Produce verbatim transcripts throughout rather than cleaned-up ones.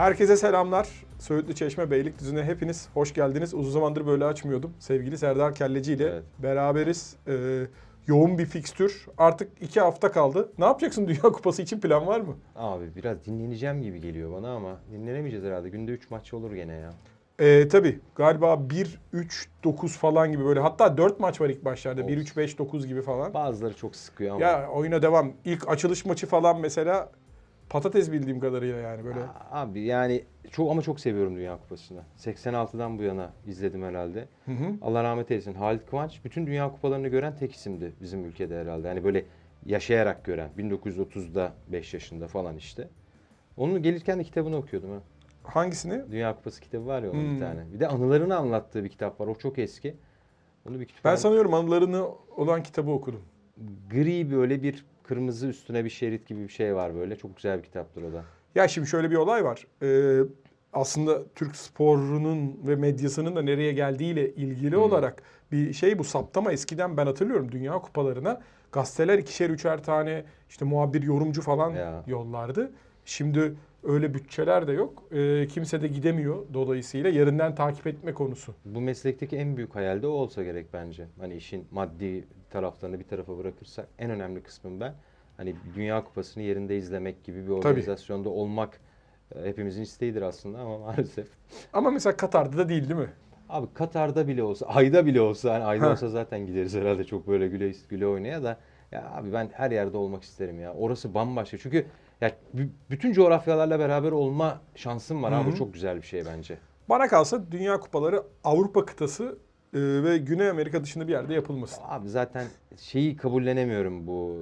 Herkese selamlar. Söğütlü Çeşme Beylikdüzü'ne hepiniz hoş geldiniz. Uzun zamandır böyle açmıyordum. Sevgili Serdar Kelleci ile evet. beraberiz. Ee, yoğun bir fikstür. Artık iki hafta kaldı. Ne yapacaksın Dünya Kupası için, plan var mı? Abi biraz dinleneceğim gibi geliyor bana ama dinlenemeyeceğiz herhalde. Günde üç maç olur gene ya. Ee, tabii galiba bir üç dokuz falan gibi böyle. Hatta dört maç var ilk başlarda. bir üç beş dokuz gibi falan. Bazıları çok sıkıyor ama. Ya oyuna devam. İlk açılış maçı falan mesela patates bildiğim kadarıyla yani böyle. Abi yani çok ama çok seviyorum Dünya Kupası'nı. seksen altıdan bu yana izledim herhalde. Hı hı. Allah rahmet eylesin. Halit Kıvanç bütün Dünya Kupalarını gören tek isimdi bizim ülkede herhalde. Yani böyle yaşayarak gören. bin dokuz yüz otuzda beş yaşında falan işte. Onun gelirken de kitabını okuyordum ha. Hangisini? Dünya Kupası kitabı var ya onun Hmm. bir tane. Bir de anılarını anlattığı bir kitap var. O çok eski. Onu bir kütüphane... Ben sanıyorum anılarını olan kitabı okudum. Gri böyle bir kırmızı üstüne bir şerit gibi bir şey var böyle. Çok güzel bir kitaptır o da. Ya şimdi şöyle bir olay var. Ee, aslında Türk sporunun ve medyasının da nereye geldiğiyle ilgili hmm. olarak bir şey bu saptama. Eskiden ben hatırlıyorum Dünya Kupalarına gazeteler ikişer üçer tane işte muhabir, yorumcu falan ya. yollardı. Şimdi öyle bütçeler de yok. Ee, kimse de gidemiyor dolayısıyla yerinden takip etme konusu. Bu meslekteki en büyük hayal de o olsa gerek bence. Hani işin maddi taraflarını bir tarafa bırakırsak en önemli kısmın ben hani Dünya Kupası'nı yerinde izlemek gibi bir organizasyonda Tabii. olmak hepimizin isteğidir aslında ama maalesef. Ama mesela Katar'da da değil değil mi? Abi Katar'da bile olsa, ayda bile olsa, hani ayda Heh. olsa zaten gideriz herhalde çok böyle güle güle oynaya da. Ya abi ben her yerde olmak isterim ya. Orası bambaşka. Çünkü ya bütün coğrafyalarla beraber olma şansım var. Hı-hı. Abi çok güzel bir şey bence. Bana kalsa Dünya Kupaları Avrupa kıtası e, ve Güney Amerika dışında bir yerde yapılmasın. Abi zaten şeyi kabullenemiyorum bu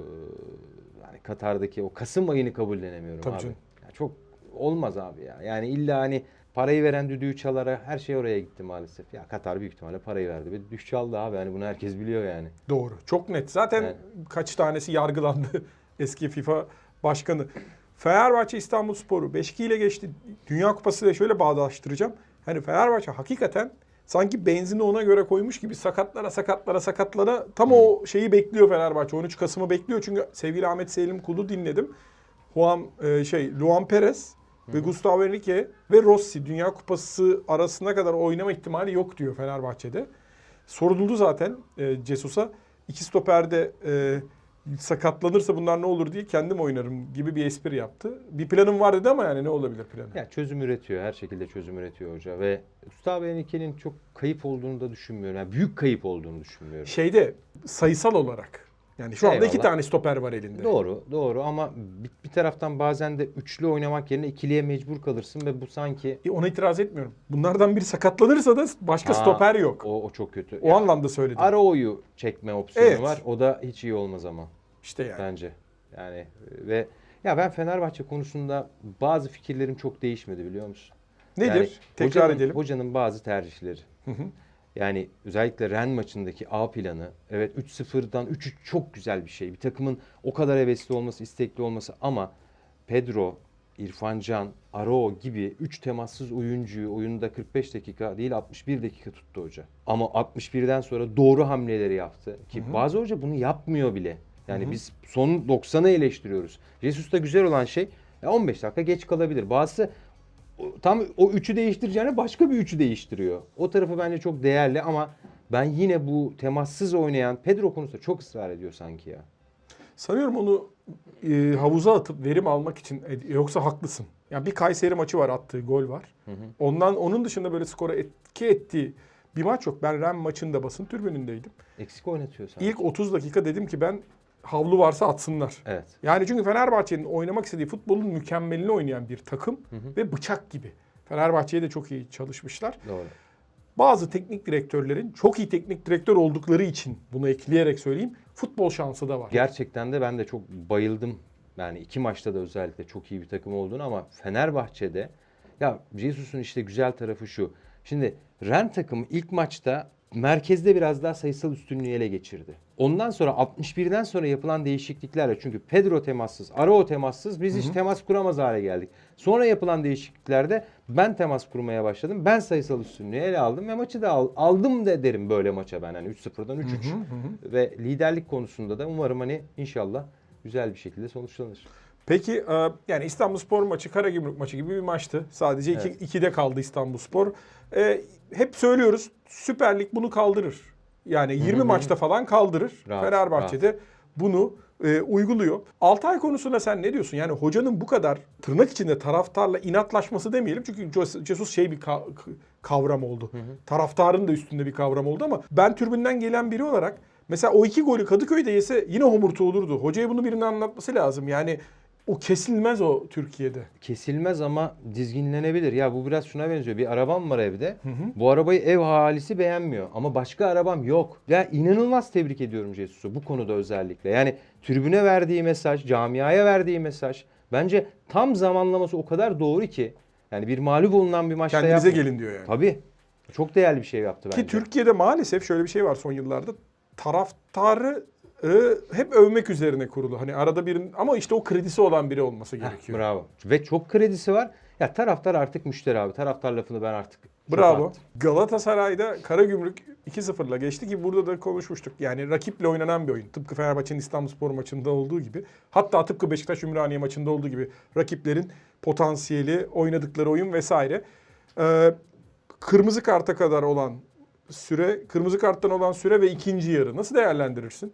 yani Katar'daki o Kasım ayını kabullenemiyorum Tabii abi. Canım. Ya çok olmaz abi ya. Yani illa hani parayı veren düdüğü çalara her şey oraya gitti maalesef. Ya Katar büyük ihtimalle parayı verdi ve düdük çaldı abi. Hani bunu herkes biliyor yani. Doğru. Çok net. Zaten yani. kaç tanesi yargılandı eski FIFA başkanı. Fenerbahçe İstanbulspor'u beş iki ile geçti. Dünya Kupası ile şöyle bağdaştıracağım. Hani Fenerbahçe hakikaten sanki benzini ona göre koymuş gibi sakatlara sakatlara sakatlara tam hmm. o şeyi bekliyor Fenerbahçe. on üç Kasım'ı bekliyor. Çünkü sevgili Ahmet Selim Kul'u dinledim. Juan e, şey Luan Perez hmm. ve Gustavo Henrique ve Rossi Dünya Kupası arasına kadar oynama ihtimali yok diyor Fenerbahçe'de. Soruldu zaten e, Jesus'a. İki stoperde e, sakatlanırsa bunlar ne olur diye kendim oynarım gibi bir espri yaptı. Bir planım var dedi ama yani ne olabilir planı? Ya çözüm üretiyor. Her şekilde çözüm üretiyor hoca ve Gustavo Henrique'nin çok kayıp olduğunu da düşünmüyorum. Yani büyük kayıp olduğunu düşünmüyorum. Şeyde sayısal olarak yani şu anda Eyvallah. iki tane stoper var elinde. Doğru, doğru ama bir, bir taraftan bazen de üçlü oynamak yerine ikiliye mecbur kalırsın ve bu sanki... E ona itiraz etmiyorum. Bunlardan biri sakatlanırsa da başka ha, stoper yok. O, o çok kötü. O ya, anlamda söyledim. Arao'yu çekme opsiyonu evet. var. O da hiç iyi olmaz ama. İşte yani. Bence. Yani ve ya ben Fenerbahçe konusunda bazı fikirlerim çok değişmedi biliyor musun? Nedir? Yani Tekrar hocanın, edelim. Hocanın bazı tercihleri. Hı hı. Yani özellikle Rennes maçındaki A planı, evet üç sıfırdan üç üç çok güzel bir şey. Bir takımın o kadar hevesli olması, istekli olması ama Pedro, İrfan Can, Arao gibi üç temassız oyuncuyu oyunda kırk beş dakika değil altmış bir dakika tuttu hoca. Ama altmış birden sonra doğru hamleleri yaptı. Ki hı hı. bazı hoca bunu yapmıyor bile. Yani hı hı. biz son doksanı eleştiriyoruz. Jesus'ta güzel olan şey on beş dakika geç kalabilir. Bazısı tam o üçü değiştireceğine başka bir üçü değiştiriyor. O tarafı bence çok değerli ama ben yine bu temassız oynayan Pedro konusunda çok ısrar ediyor sanki ya. Sanıyorum onu e, havuza atıp verim almak için yoksa haklısın. Yani bir Kayseri maçı var, attığı gol var. Hı hı. Ondan onun dışında böyle skora etki ettiği bir maç yok. Ben Rennes maçında basın tribünündeydim. Eksik oynatıyor sanki. İlk otuz dakika dedim ki ben havlu varsa atsınlar. Evet. Yani çünkü Fenerbahçe'nin oynamak istediği futbolun mükemmelini oynayan bir takım hı hı. ve bıçak gibi. Fenerbahçe'ye de çok iyi çalışmışlar. Doğru. Bazı teknik direktörlerin çok iyi teknik direktör oldukları için bunu ekleyerek söyleyeyim, futbol şansı da var. Gerçekten de ben de çok bayıldım. Yani iki maçta da özellikle çok iyi bir takım olduğunu ama Fenerbahçe'de ya Jesus'un işte güzel tarafı şu. Şimdi Rennes takımı ilk maçta merkezde biraz daha sayısal üstünlüğü ele geçirdi. Ondan sonra altmış birden sonra yapılan değişikliklerle çünkü Pedro temassız, Arao temassız biz hı hı. hiç temas kuramaz hale geldik. Sonra yapılan değişikliklerde ben temas kurmaya başladım. Ben sayısal üstünlüğü ele aldım ve maçı da al, aldım da derim böyle maça ben. Hani üç sıfırdan üç üç. Hı hı hı. Ve liderlik konusunda da umarım hani inşallah güzel bir şekilde sonuçlanır. Peki e, yani İstanbulspor maçı Karagümrük maçı gibi bir maçtı. Sadece iki, Evet. ikide kaldı İstanbulspor. E, hep söylüyoruz Süper Lig bunu kaldırır. Yani yirmi maçta falan kaldırır. Rahat, Fenerbahçe'de bunu e, uyguluyor. Altay konusunda sen ne diyorsun? Yani hocanın bu kadar tırnak içinde taraftarla inatlaşması demeyelim. Çünkü Jesus şey bir ka- kavram oldu. Hı hı. Taraftarın da üstünde bir kavram oldu ama ben tribünden gelen biri olarak mesela o iki golü Kadıköy'de yese yine homurtu olurdu. Hocaya bunu birinin anlatması lazım. Yani o kesilmez o Türkiye'de. Kesilmez ama dizginlenebilir. Ya bu biraz şuna benziyor. Bir arabam var evde. Hı hı. Bu arabayı ev ahalisi beğenmiyor. Ama başka arabam yok. Ya inanılmaz tebrik ediyorum Jesus'u bu konuda özellikle. Yani tribüne verdiği mesaj, camiaya verdiği mesaj. Bence tam zamanlaması o kadar doğru ki. Yani bir mağlup olunan bir maçta Kendinize yapmıyor. gelin diyor yani. Tabii. Çok değerli bir şey yaptı bence. Ki Türkiye'de maalesef şöyle bir şey var son yıllarda. Taraftarı e, hep övmek üzerine kurulu. Hani arada birinin ama işte o kredisi olan biri olması gerekiyor. Heh, bravo. Ve çok kredisi var. Ya taraftar artık müşteri abi. Taraftar lafını ben artık Bravo. attım. Galatasaray'da Karagümrük iki sıfırla geçti ki burada da konuşmuştuk. Yani rakiple oynanan bir oyun. Tıpkı Fenerbahçe'nin İstanbulspor maçında olduğu gibi. Hatta tıpkı Beşiktaş Ümraniye maçında olduğu gibi rakiplerin potansiyeli, oynadıkları oyun vesaire. Ee, kırmızı karta kadar olan süre, kırmızı karttan olan süre ve ikinci yarı nasıl değerlendirirsin?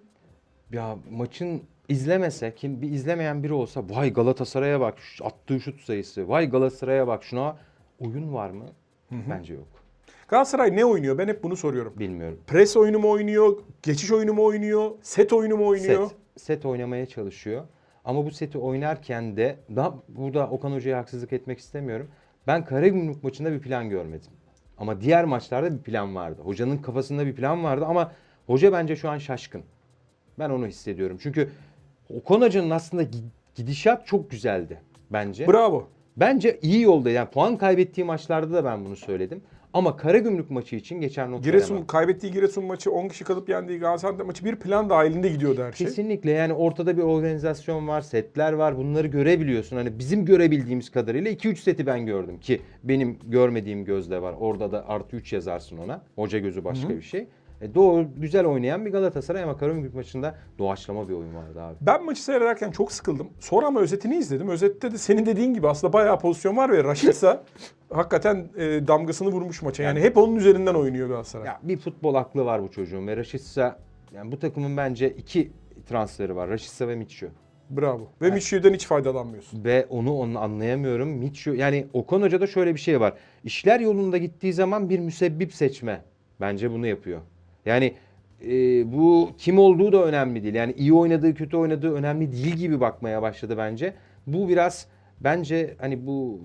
Ya maçın izlemese, kim bir izlemeyen biri olsa vay Galatasaray'a bak attığı şut sayısı, vay Galatasaray'a bak şuna oyun var mı? Hı hı. Bence yok. Galatasaray ne oynuyor? Ben hep bunu soruyorum. Bilmiyorum. Pres oyunu mu oynuyor? Geçiş oyunu mu oynuyor? Set oyunu mu oynuyor? Set. Set oynamaya çalışıyor. Ama bu seti oynarken de daha burada Okan Hoca'ya haksızlık etmek istemiyorum. Ben Karagümrük maçında bir plan görmedim. Ama diğer maçlarda bir plan vardı. Hocanın kafasında bir plan vardı ama hoca bence şu an şaşkın. Ben onu hissediyorum. Çünkü Okan Hoca'nın aslında gidişat çok güzeldi bence. Bravo. Bence iyi yolda. Yani puan kaybettiği maçlarda da ben bunu söyledim. Ama Karagümrük maçı için geçer not Giresun veremem. kaybettiği Giresun maçı on kişi kalıp yendiği Gaziantep maçı bir plan dahilinde gidiyordu her şey. Kesinlikle yani ortada bir organizasyon var, setler var. Bunları görebiliyorsun. Hani bizim görebildiğimiz kadarıyla iki üç seti ben gördüm ki benim görmediğim gözde var. Orada da artı üç yazarsın ona. Hoca gözü başka Hı-hı. bir şey. E doğru güzel oynayan bir Galatasaray ama Karagümrük maçında doğaçlama bir oyun vardı abi. Ben maçı seyrederken çok sıkıldım. Sonra ama özetini izledim. Özette de senin dediğin gibi aslında bayağı pozisyon var ve Raşitsa hakikaten e, damgasını vurmuş maça. Yani, yani hep onun üzerinden oynuyor Galatasaray. Ya bir futbol aklı var bu çocuğun ve Raşitsa yani bu takımın bence iki transferi var. Raşitsa ve Mitchell. Bravo. Ve yani, Mitchell'den hiç faydalanmıyorsun. Ve onu onu anlayamıyorum. Mitchell yani Okan Hoca'da şöyle bir şey var. İşler yolunda gittiği zaman bir müsebbip seçme. Bence bunu yapıyor. Yani e, bu kim olduğu da önemli değil. Yani iyi oynadığı, kötü oynadığı önemli değil gibi bakmaya başladı bence. Bu biraz bence hani bu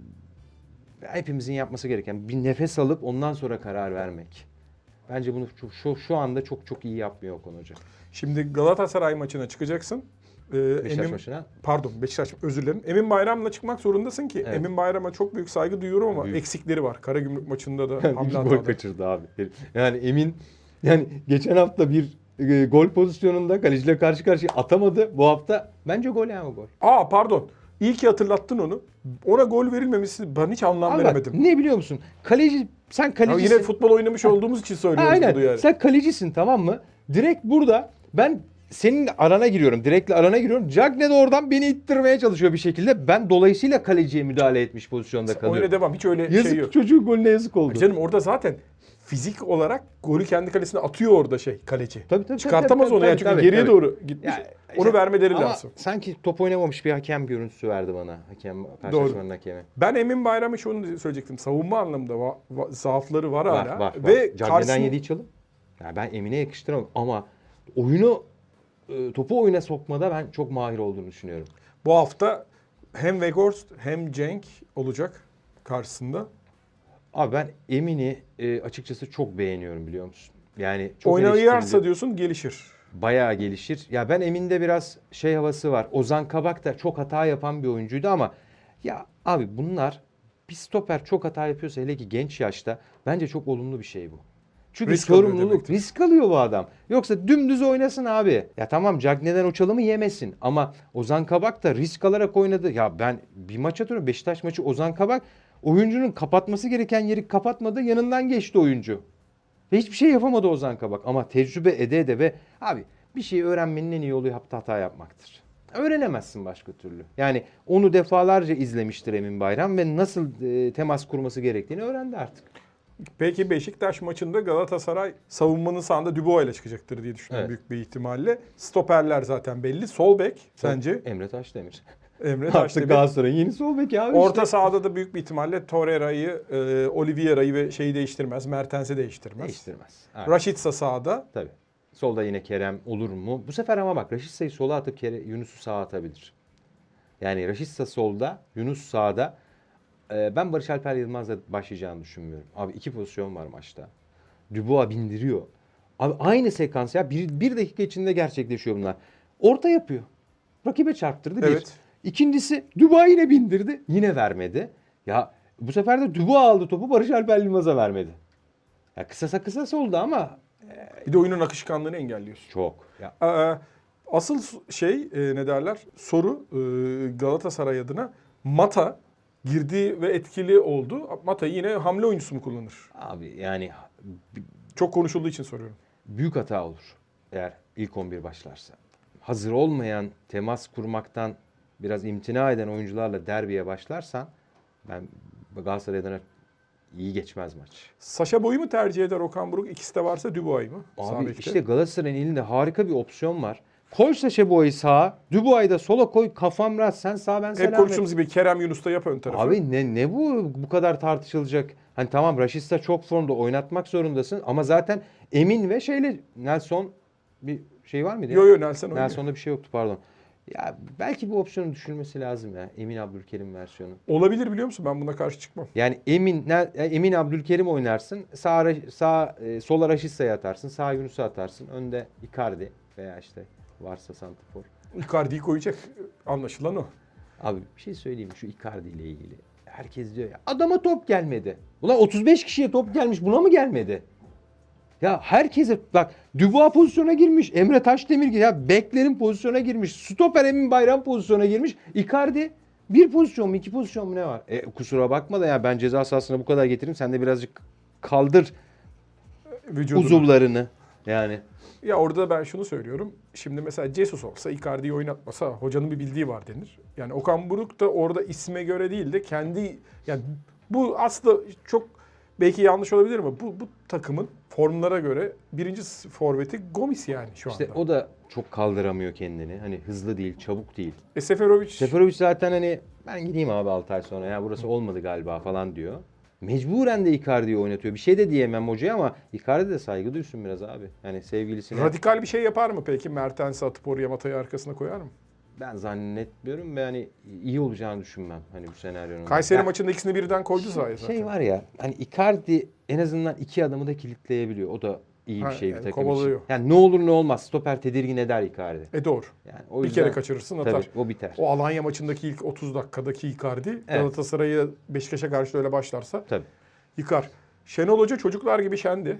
hepimizin yapması gereken bir nefes alıp ondan sonra karar vermek. Bence bunu şu şu anda çok çok iyi yapmıyor Okan Hoca. Şimdi Galatasaray maçına çıkacaksın. Ee, Beşiktaş Emin, maçına. Pardon Beşiktaş özür dilerim. Emin Bayram'la çıkmak zorundasın ki. Evet. Emin Bayram'a çok büyük saygı duyuyorum ama büyük. eksikleri var. Karagümrük maçında da Yani hamle gol hatadı. kaçırdı abi. Yani Emin yani geçen hafta bir e, gol pozisyonunda kaleciyle karşı karşıya atamadı. Bu hafta bence gol yani gol. Aa pardon. İyi ki hatırlattın onu. Ona gol verilmemesi ben hiç anlam Abi veremedim. Bak, ne biliyor musun? Kaleci sen kalecisin. Ya yine futbol oynamış olduğumuz için söylüyoruz Aynen. bunu yani. Sen kalecisin tamam mı? Direkt burada ben senin arana giriyorum. Direktle arana giriyorum. Cagne de oradan beni ittirmeye çalışıyor bir şekilde. Ben dolayısıyla kaleciye müdahale etmiş pozisyonda Oyuna kalıyorum. devam. Hiç öyle Yazık şey yok. çocuğun golüne yazık oldu. Canım orada zaten fizik olarak golü kendi kalesine atıyor orada şey kaleci. Tabii, tabii, Çıkartamaz tabii, onu ya tabii, çünkü tabii, geriye tabii. doğru gitmiş. Ya, onu işte, vermeleri ama lazım. sanki top oynamamış bir hakem görüntüsü verdi bana. Hakem karşılaşmanın hakemi. Ben Emin Bayram'ı şunu söyleyecektim. Savunma anlamında va- va- zaafları var, Var, hala. var, var. Ve Cagne'den karşısında yediği çalım. Yani ben Emin'e yakıştıramam ama oyunu e, topu oyuna sokmada ben çok mahir olduğunu düşünüyorum. bu hafta hem Weghorst hem Cenk olacak karşısında. Abi ben Emin'i e, açıkçası çok beğeniyorum biliyor musun? Yani çok Oynayarsa eleştirildi. diyorsun gelişir. Bayağı gelişir. Ya ben Emin'de biraz şey havası var. Ozan Kabak da çok hata yapan bir oyuncuydu ama ya abi bunlar bir stoper çok hata yapıyorsa hele ki genç yaşta bence çok olumlu bir şey bu. Çünkü Risk alıyor sorumluluk, demektir. risk alıyor bu adam. Yoksa dümdüz oynasın abi. Ya tamam Cagne'den o çalımı yemesin ama Ozan Kabak da risk alarak oynadı. Ya ben bir maç hatırlıyorum Beşiktaş maçı Ozan Kabak oyuncunun kapatması gereken yeri kapatmadı. Yanından geçti oyuncu. Ve hiçbir şey yapamadı Ozan Kabak. Ama tecrübe ede ede ve abi bir şeyi öğrenmenin en iyi yolu hata hata yapmaktır. Öğrenemezsin başka türlü. Yani onu defalarca izlemiştir Emin Bayram ve nasıl e, temas kurması gerektiğini öğrendi artık. Peki Beşiktaş maçında Galatasaray savunmanın sağında Dubois ile çıkacaktır diye düşünüyorum Evet. büyük bir ihtimalle. Stoperler zaten belli. Sol bek sence? Emre Taşdemir. Emre Artık Taşdemir. Galatasaray'ın yeni sol beki abi Orta işte. sahada da büyük bir ihtimalle Torreira'yı, e, Oliveira'yı ve şeyi değiştirmez. Mertens'i değiştirmez. Değiştirmez. Evet. Raşitsa sağda. Tabii. Solda yine Kerem olur mu? Bu sefer ama bak Raşitsa'yı sola atıp Kere, Yunus'u sağa atabilir. Yani Raşitsa solda, Yunus sağda. Ee, ben Barış Alper Yılmaz'la başlayacağını düşünmüyorum. Abi iki pozisyon var maçta. Dubois bindiriyor. Abi aynı sekans ya. Bir, bir dakika içinde gerçekleşiyor bunlar. Orta yapıyor. Rakibe çarptırdı bir. Evet. İkincisi Dubois yine bindirdi. Yine vermedi. Ya bu sefer de Dubois aldı topu Barış Alper Yılmaz'a vermedi. Ya kısasa kısasa oldu ama Bir de oyunun akışkanlığını engelliyorsun. çok. Ya Ee, asıl şey e, ne derler? Soru e, Galatasaray adına Mata girdi ve etkili oldu. Mata yine hamle oyuncusu mu kullanır? abi yani Çok konuşulduğu için soruyorum. büyük hata olur eğer ilk on bir başlarsa. Hazır olmayan, temas kurmaktan biraz imtina eden oyuncularla derbiye başlarsan ben Galatasaray adına iyi geçmez maç. Saşa Boy'u mu tercih eder Okan Buruk? İkisi de varsa Dubois mu? Sağ Abi bekte. işte Galatasaray'ın elinde harika bir opsiyon var. Koy Saşa Boy'u sağa, Dubois'u da sola koy, kafam rahat, sen sağ ben Hep selamet. konuştuğumuz gibi Kerem Yunus da yap ön tarafı. Abi ne ne bu bu kadar tartışılacak? Hani tamam Raşitsa çok formda oynatmak zorundasın ama zaten Emin ve şeyle Nelson bir şey var mıydı? ya? Yo yo Nelson oynuyor. Nelson'da bir şey yoktu pardon. Ya belki bu opsiyonun düşülmesi lazım ya. Emin Abdülkerim versiyonu. Olabilir biliyor musun? Ben buna karşı çıkmam. Yani Emin Nel- Emin Abdülkerim oynarsın. Sağ sağ e, sola Raşitsa'yı atarsın. Sağ Yunus'u atarsın. Önde Icardi veya işte varsa santrafor. Icardi'yi koyacak. Anlaşılan o. Abi bir şey söyleyeyim mi? Şu Icardi ile ilgili. Herkes diyor ya adama top gelmedi. Ulan otuz beş kişiye top gelmiş buna mı gelmedi? Ya herkese bak Dubois pozisyona girmiş. Emre Taşdemir ya beklerin pozisyona girmiş. Stoper Emin Bayram pozisyona girmiş. Icardi bir pozisyon mu iki pozisyon mu ne var? E, kusura bakma da ya ben ceza sahasına bu kadar getireyim. Sen de birazcık kaldır Vücudunu. uzuvlarını. Yani Ya orada ben şunu söylüyorum. Şimdi mesela Jesus olsa Icardi'yi oynatmasa hocanın bir bildiği var denir. Yani Okan Buruk da orada isme göre değil de kendi yani bu aslında çok belki yanlış olabilir ama bu bu takımın formlara göre birinci forveti Gomis yani şu anda. işte o da çok kaldıramıyor kendini. Hani hızlı değil, çabuk değil. E Seferovic Seferovic zaten hani ben gideyim abi altı ay sonra ya burası olmadı galiba falan diyor. Mecburen de Icardi'yi oynatıyor. Bir şey de diyemem hocaya ama Icardi de saygı duysun biraz abi. Yani sevgilisine. radikal bir şey yapar mı peki? Mertens'i atıp oraya Mata'yı arkasına koyar mı? Ben zannetmiyorum ve hani iyi olacağını düşünmem hani bu senaryonun. Kayseri Ya, maçında ikisini birden koydu sahaya zaten. şey var ya hani Icardi en azından iki adamı da kilitleyebiliyor. O da iyi Ha, bir şey bir yani takım kovalıyor. için. Yani ne olur ne olmaz stoper tedirgin eder Icardi. E doğru. Yani o Bir yüzden, kere kaçırırsın atar. tabii, o biter. O Alanya maçındaki ilk otuz dakikadaki Icardi Evet. Galatasaray'ı Beşiktaş'a karşı öyle başlarsa Tabii. yıkar. Şenol Hoca çocuklar gibi şendi.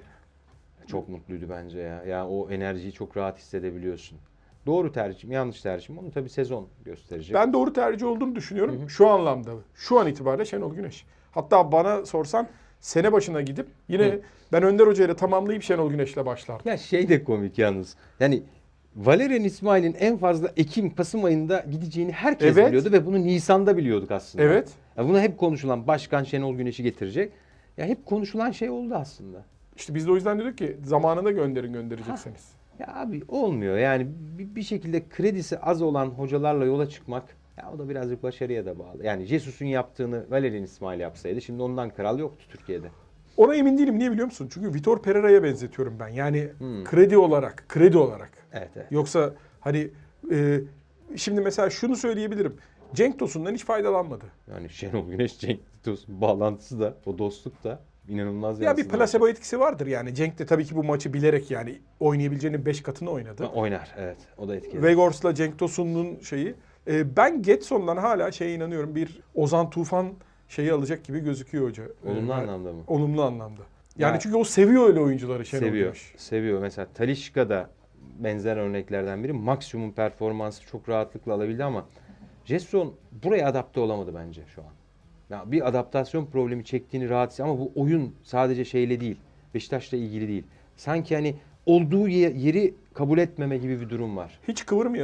Çok mutluydu bence ya. Ya o enerjiyi çok rahat hissedebiliyorsun. Doğru tercih mi, yanlış tercih mi? Onu tabii sezon gösterecek. Ben doğru tercih olduğunu düşünüyorum. Şu anlamda. Şu an itibariyle Şenol Güneş. Hatta bana sorsan sene başına gidip yine Hı. ben Önder Hoca ile tamamlayıp Şenol Güneş'le başlardım. Ya şey de komik yalnız. Yani Valerian İsmail'in en fazla Ekim, Kasım ayında gideceğini herkes Evet. biliyordu ve bunu Nisan'da biliyorduk aslında. Evet. Ya bunu hep konuşulan başkan Şenol Güneş'i getirecek. Ya hep konuşulan şey oldu aslında. İşte biz de o yüzden dedik ki zamanında gönderin gönderecekseniz. Ya abi olmuyor yani bir, bir şekilde kredisi az olan hocalarla yola çıkmak ya o da birazcık başarıya da bağlı. Yani Jesus'un yaptığını Valerian İsmail yapsaydı şimdi ondan kral yoktu Türkiye'de. Ona emin değilim. Niye biliyor musun? Çünkü Vitor Pereira'ya benzetiyorum ben. Yani Hmm. kredi olarak, kredi olarak. Evet, evet. Yoksa hani e, şimdi mesela şunu söyleyebilirim. Cenk Tosun'dan hiç faydalanmadı. Yani Şenol Güneş Cenk Tosun bağlantısı da o dostluk da inanılmaz Ya bir yansıdı. plasebo etkisi vardır yani. Cenk de tabii ki bu maçı bilerek yani oynayabileceğinin beş katını oynadı. Ha, oynar evet o da etkili. Vegors'la Cenk Tosun'un şeyi. E, ben Getson'dan hala şeye inanıyorum. Bir Ozan Tufan şeyi alacak gibi gözüküyor hoca. Olumlu E, anlamda mı? Olumlu anlamda. Yani Ya- çünkü o seviyor öyle oyuncuları Şenol Seviyor. Güneş. Seviyor. Mesela Talisca da benzer örneklerden biri. Maksimum performansı çok rahatlıkla alabildi ama Jetson buraya adapte olamadı bence şu an. Ya bir adaptasyon problemi çektiğini rahat hissediyor ama bu oyun sadece şeyle değil. Beşiktaş'la ilgili değil. Sanki hani olduğu ye- yeri kabul etmeme gibi bir durum var. Hiç kıvırmayalım.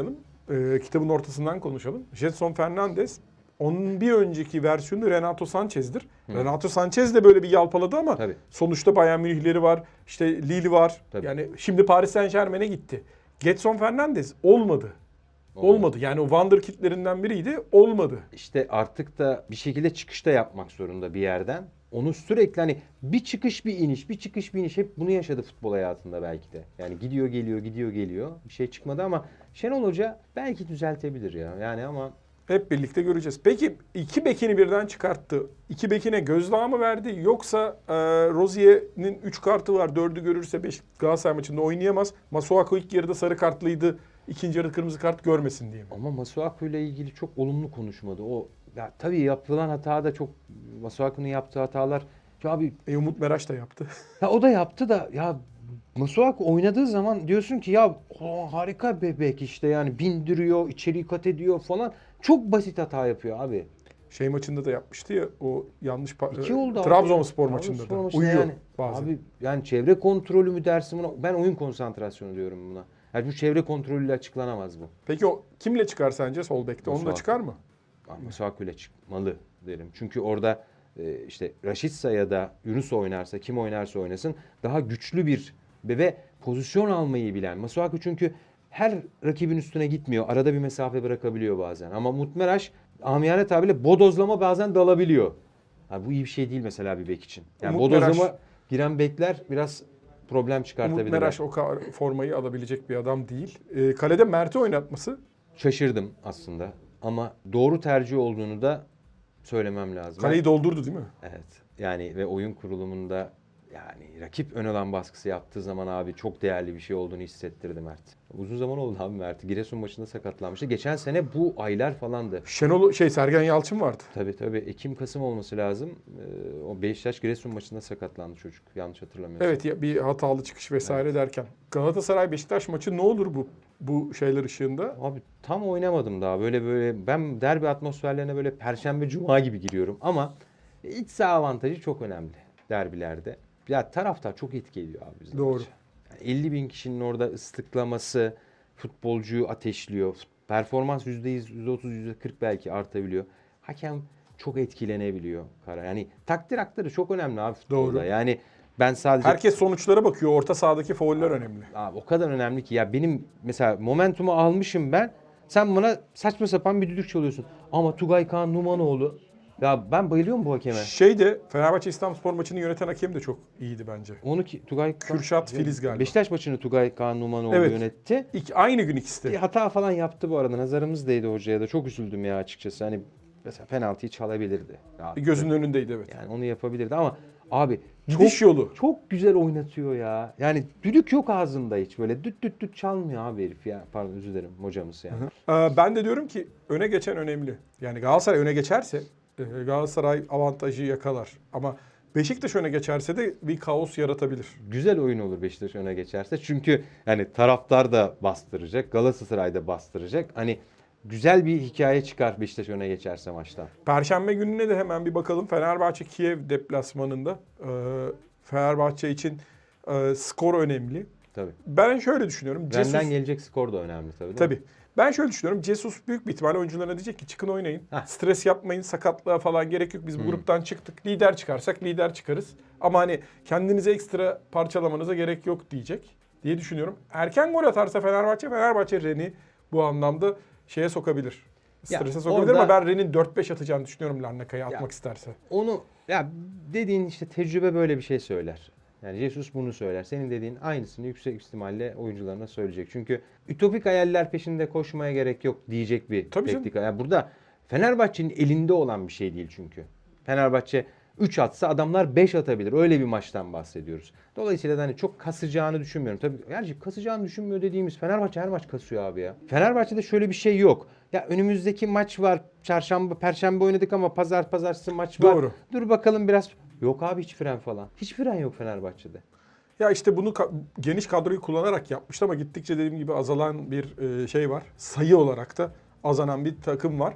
e, kitabın ortasından konuşalım. Gedson Fernandes onun bir önceki versiyonu Renato Sanchez'dir. Hı. Renato Sanchez de böyle bir yalpaladı ama Tabii. sonuçta Bayern Münih'leri var, işte Lille var. Tabii. Yani şimdi Paris Saint-Germain'e gitti. Gedson Fernandes olmadı. Olmadı. Olmadı. Yani o wonderkidlerinden biriydi. Olmadı. İşte artık da bir şekilde çıkışta yapmak zorunda bir yerden. Onu sürekli hani bir çıkış bir iniş, bir çıkış bir iniş hep bunu yaşadı futbol hayatında belki de. Yani gidiyor geliyor, gidiyor geliyor. Bir şey çıkmadı ama Şenol Hoca belki düzeltebilir ya. Yani ama hep birlikte göreceğiz. Peki iki bekini birden çıkarttı. İki bekine gözdağı mı verdi yoksa e, Rozier'in üç kartı var. dördü görürse beş Galatasaray maçında oynayamaz. Masuaku ilk yarıda sarı kartlıydı. İkinci yarıda kırmızı kart görmesin diye mi? Ama Masuaku ile ilgili çok olumlu konuşmadı. O ya tabii yapılan hata da çok Masuaku'nun yaptığı hatalar. Ya abi E, Umut Meraş da yaptı. ya o da yaptı da ya Masuaku oynadığı zaman diyorsun ki ya o harika bebek işte yani bindiriyor, içeriği kat ediyor falan. Çok basit hata yapıyor abi. Şey maçında da yapmıştı ya o yanlış pa- İki oldu Trabzonspor abi. maçında Trabzonspor da. maçında Uyuyor yani. bazen. Abi yani çevre kontrolü mü dersin buna? Ben oyun konsantrasyonu diyorum buna. Yani bu çevre kontrolüyle açıklanamaz bu. Peki o kimle çıkar sence sol bekte? Onu da çıkar mı? Masuaku ile çıkmalı derim. Çünkü orada e, işte Rashica ya da Yunus oynarsa, kim oynarsa oynasın daha güçlü bir ve pozisyon almayı bilen. Masuaku çünkü her rakibin üstüne gitmiyor. Arada bir mesafe bırakabiliyor bazen. Ama Umut Meraş amiyane tabirle bodozlama bazen dalabiliyor. Ha, bu iyi bir şey değil mesela bir bek için. Yani Umut bodozlama Meraş, giren bekler biraz problem çıkartabilir. Umut Meraş o ka- formayı alabilecek bir adam değil. E, kalede Mert'i oynatması. Şaşırdım aslında. Ama doğru tercih olduğunu da söylemem lazım. Kaleyi doldurdu değil mi? Evet. Yani ve oyun kurulumunda yani rakip ön alan baskısı yaptığı zaman abi çok değerli bir şey olduğunu hissettirdi Mert. Uzun zaman oldu abi Mert. Giresun maçında sakatlanmıştı. Geçen sene bu aylar falandı. Şenol şey Sergen Yalçın vardı. Tabii tabii. Ekim Kasım olması lazım. Ee, o Beşiktaş Giresun maçında sakatlandı çocuk. Yanlış hatırlamıyorsam. Evet ya bir hatalı çıkış vesaire evet. derken. Galatasaray Beşiktaş maçı ne olur bu bu şeyler ışığında? Abi tam oynamadım daha. Böyle böyle ben derbi atmosferlerine böyle perşembe cuma gibi giriyorum ama iç saha avantajı çok önemli derbilerde. Ya taraftar çok etki ediyor abi bizde. Doğru. Yani elli bin kişinin orada ıslıklaması futbolcuyu ateşliyor. Performans yüzde yüz, yüzde otuz, yüzde kırk belki artabiliyor. Hakem çok etkilenebiliyor karar. Yani takdir hakları çok önemli abi futbolda. Doğru. Yani ben sadece... Herkes sonuçlara bakıyor. Orta sahadaki fauller önemli. Abi o kadar önemli ki ya benim mesela momentumu almışım ben. Sen bana saçma sapan bir düdük çalıyorsun. Ama Tugay Kaan Numanoğlu. Ya ben bayılıyorum bu hakeme. Şeyde Fenerbahçe İstanbulspor maçını yöneten hakem de çok iyiydi bence. Onu ki Tugay Kürşat Filiz galiba. Beşiktaş maçını Tugay Kaan Numanoğlu evet. yönetti. İki, aynı gün ikisi de. Bir hata falan yaptı bu arada. Nazarımız değdi hocaya da. Çok üzüldüm ya açıkçası. Hani mesela penaltıyı çalabilirdi. Bir gözünün önündeydi evet. Yani onu yapabilirdi ama abi gidiş çok, yolu. Çok güzel oynatıyor ya. Yani düdük yok ağzında hiç böyle. Düt düt düt çalmıyor abi herif ya. Pardon özür dilerim hocamız yani. Ee, ben de diyorum ki öne geçen önemli. Yani Galatasaray öne geçerse Galatasaray avantajı yakalar. Ama Beşiktaş öne geçerse de bir kaos yaratabilir. Güzel oyun olur Beşiktaş öne geçerse. Çünkü yani taraftar da bastıracak. Galatasaray da bastıracak. Hani güzel bir hikaye çıkar Beşiktaş öne geçerse maçtan. Perşembe gününe de hemen bir bakalım. Fenerbahçe Kiev deplasmanında. Ee, Fenerbahçe için e, skor önemli. Tabii. Ben şöyle düşünüyorum. Benden Jesus, gelecek skor da önemli tabii. Tabii. Mi? Ben şöyle düşünüyorum. Jesus büyük bir ihtimalle oyuncularına diyecek ki çıkın oynayın. Heh. Stres yapmayın, sakatlığa falan gerek yok. Biz bu hmm. gruptan çıktık. Lider çıkarsak lider çıkarız. Ama hani kendinize ekstra parçalamanıza gerek yok diyecek diye düşünüyorum. Erken gol atarsa Fenerbahçe, Fenerbahçe Ren'i bu anlamda şeye sokabilir. Strese ya, sokabilir orada, ama ben Ren'in dört beş atacağını düşünüyorum Larnaka'ya atmak ya, isterse. Onu ya dediğin işte tecrübe böyle bir şey söyler. Yani Jesus bunu söyler. Senin dediğin aynısını yüksek ihtimalle oyuncularına söyleyecek. Çünkü ütopik hayaller peşinde koşmaya gerek yok diyecek bir Tabii teknik. Yani burada Fenerbahçe'nin elinde olan bir şey değil çünkü. Fenerbahçe üç atsa adamlar beş atabilir. Öyle bir maçtan bahsediyoruz. Dolayısıyla da hani çok kasacağını düşünmüyorum. Tabii gerçi kasacağını düşünmüyor dediğimiz Fenerbahçe her maç kasıyor abi ya. Fenerbahçe'de şöyle bir şey yok. Ya önümüzdeki maç var. Çarşamba, perşembe oynadık ama pazar pazartesi maç var. Doğru. Dur bakalım biraz. Yok abi hiç fren falan. Hiç fren yok Fenerbahçe'de. Ya işte bunu ka- geniş kadroyu kullanarak yapmıştı ama gittikçe dediğim gibi azalan bir e, şey var. Sayı olarak da azalan bir takım var.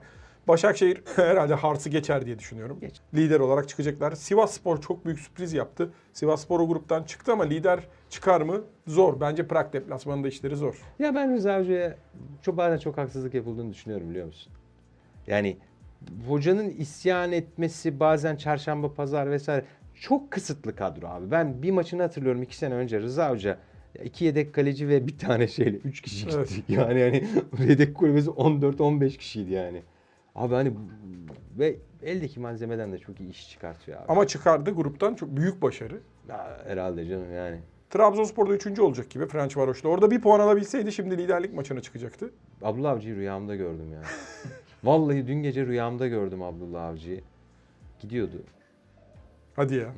Başakşehir herhalde Hearts'ı geçer diye düşünüyorum. Geç. Lider olarak çıkacaklar. Sivasspor çok büyük sürpriz yaptı. Sivasspor o gruptan çıktı ama lider çıkar mı? Zor. Bence Prag deplasmanında işleri zor. Ya ben Rıza Hoca'ya çok bazen çok haksızlık yapıldığını düşünüyorum, biliyor musun? Yani hocanın isyan etmesi bazen çarşamba, pazar vesaire çok kısıtlı kadro abi. Ben bir maçını hatırlıyorum iki sene önce Rıza Hoca iki yedek kaleci ve bir tane şeyle üç kişi gitti. Evet. Yani hani yedek kulübesi on dört on beş kişiydi yani. Abi hani ve eldeki malzemeden de çok iyi iş çıkartıyor abi. Ama çıkardı gruptan, çok büyük başarı. Ya, herhalde canım yani. Trabzonspor'da üçüncü olacak gibi Ferencvaros'ta. Orada bir puan alabilseydi şimdi liderlik maçına çıkacaktı. Abdullah Avcı'yı rüyamda gördüm ya. Vallahi dün gece rüyamda gördüm Abdullah Avcı'yı. Gidiyordu. Hadi ya. Hı.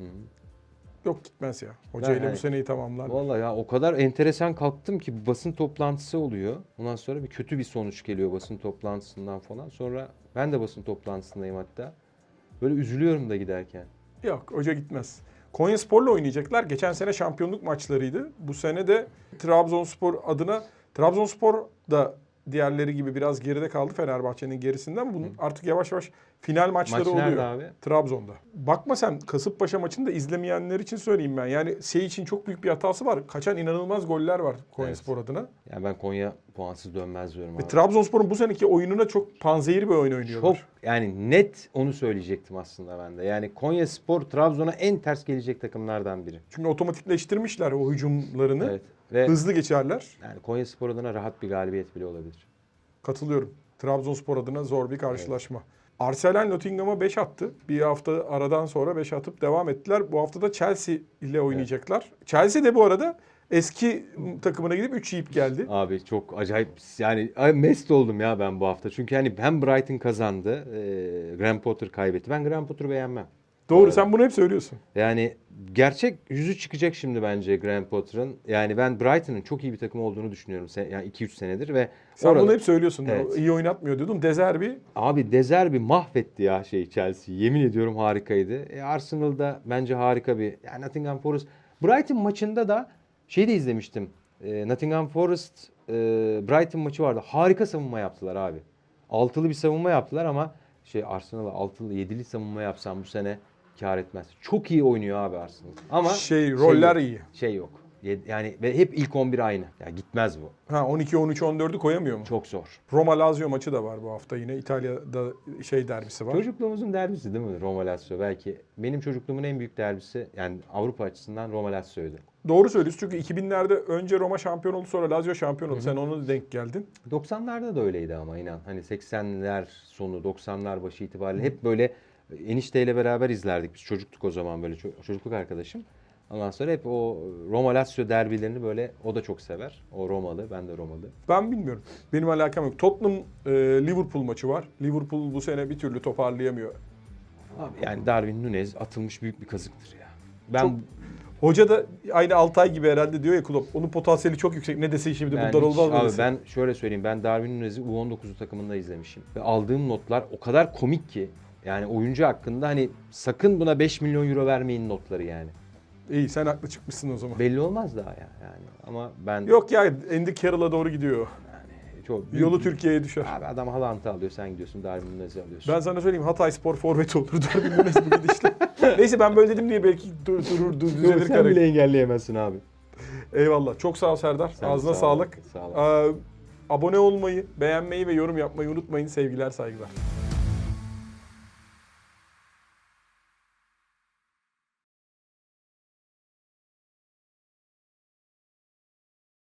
Yok gitmez ya. Hoca ile hani- bu seneyi tamamlar. Vallahi ya o kadar enteresan kalktım ki basın toplantısı oluyor. Ondan sonra bir kötü bir sonuç geliyor basın toplantısından falan. Sonra ben de basın toplantısındayım hatta. Böyle üzülüyorum da giderken. Yok, hoca gitmez. Konyaspor'la oynayacaklar. Geçen sene şampiyonluk maçlarıydı. Bu sene de Trabzonspor adına, Trabzonspor da diğerleri gibi biraz geride kaldı Fenerbahçe'nin gerisinden. Bunun artık yavaş yavaş final maçları Maç nerede oluyor. abi? Trabzon'da. Bakma sen, Kasımpaşa maçını da izlemeyenler için söyleyeyim ben. Yani şey için çok büyük bir hatası var. Kaçan inanılmaz goller var Konyaspor adına. Yani ben Konya puansız dönmez diyorum abi. Ve Trabzonspor'un bu seneki oyununa çok panzehir bir oyun oynuyorlar. Çok yani net onu söyleyecektim aslında ben de. Yani Konyaspor Trabzon'a en ters gelecek takımlardan biri. Çünkü otomatikleştirmişler o hücumlarını. Evet. Ve Hızlı geçerler. yani Konyaspor adına rahat bir galibiyet bile olabilir. Katılıyorum. Trabzonspor adına zor bir karşılaşma. Evet. Arsenal Nottingham'a beş attı. Bir hafta aradan sonra beş atıp devam ettiler. Bu hafta da Chelsea ile oynayacaklar. Evet. Chelsea de bu arada eski takımına gidip üç yiyip geldi. Abi çok acayip, yani mest oldum ya ben bu hafta. Çünkü hani hem Brighton kazandı, e, Graham Potter kaybetti. Ben Graham Potter'ı beğenmem. Doğru, Evet. Sen bunu hep söylüyorsun. Yani gerçek yüzü çıkacak şimdi bence Graham Potter'ın. Yani ben Brighton'ın çok iyi bir takım olduğunu düşünüyorum. Yani iki üç senedir ve Sen orada... bunu hep söylüyorsun. Evet. İyi oynatmıyor diyordum. De Zerbi. Abi De Zerbi mahvetti ya şey Chelsea'yi. Yemin ediyorum harikaydı. E, Arsenal'da bence harika bir... Yani Nottingham Forest... Brighton maçında da şey de izlemiştim. E, Nottingham Forest e, Brighton maçı vardı. Harika savunma yaptılar abi. Altılı bir savunma yaptılar ama şey Arsenal'a altılı yedili savunma yapsam bu sene kar etmez. Çok iyi oynuyor abi Arsenal. Ama Şey, roller yok, iyi. Şey yok. Yani ve hep ilk on bir aynı. Ya gitmez bu. Ha on iki, on üç, on dördü koyamıyor mu? Çok zor. Roma Lazio maçı da var bu hafta yine. İtalya'da şey derbisi var. Çocukluğumuzun derbisi değil mi Roma Lazio? Belki benim çocukluğumun en büyük derbisi yani Avrupa açısından Roma Lazio'ydu. Doğru söylüyorsun çünkü iki binlerde önce Roma şampiyon oldu, sonra Lazio şampiyon oldu. Hı hı. Sen ona denk geldin. doksanlarda da öyleydi ama inan. Hani seksenler sonu doksanlar başı itibariyle hep böyle enişteyle beraber izlerdik. Biz çocuktuk o zaman, böyle çocukluk arkadaşım. Ondan sonra hep o Roma Lazio derbilerini böyle o da çok sever. O Romalı, ben de Romalı. Ben bilmiyorum. Benim alakam yok. Tottenham e, Liverpool maçı var. Liverpool bu sene bir türlü toparlayamıyor. Abi yani Darwin Núñez atılmış büyük bir kazıktır ya. Ben çok, hoca da aynı Altay gibi herhalde diyor ya Klopp. Onun potansiyeli çok yüksek. Ne desin şimdi bundan olmaz mı abi desin? Ben şöyle söyleyeyim. Ben Darwin Núñez'i U on dokuzu takımında izlemişim. Ve aldığım notlar o kadar komik ki. Yani oyuncu hakkında hani sakın buna beş milyon euro vermeyin notları yani. İyi, sen haklı çıkmışsın o zaman. Belli olmaz daha ya yani. Ama ben... Yok ya, Andy Carroll'a doğru gidiyor. Yani çok büyük... Yolu Türkiye'ye düşer. Abi adam Haaland'ı alıyor, sen gidiyorsun Darwin Núñez'i alıyorsun. Ben sana söyleyeyim, Hatay Spor forveti olur Darwin Núñez bu gidişle. Neyse, ben böyle dedim diye belki dur, durur, dur, düzelir. Sen bile engelleyemezsin abi. Eyvallah. Çok sağ ol Serdar. Sen Ağzına sağ sağlık. Sağ ol. Ee, abone olmayı, beğenmeyi ve yorum yapmayı unutmayın. Sevgiler, saygılar.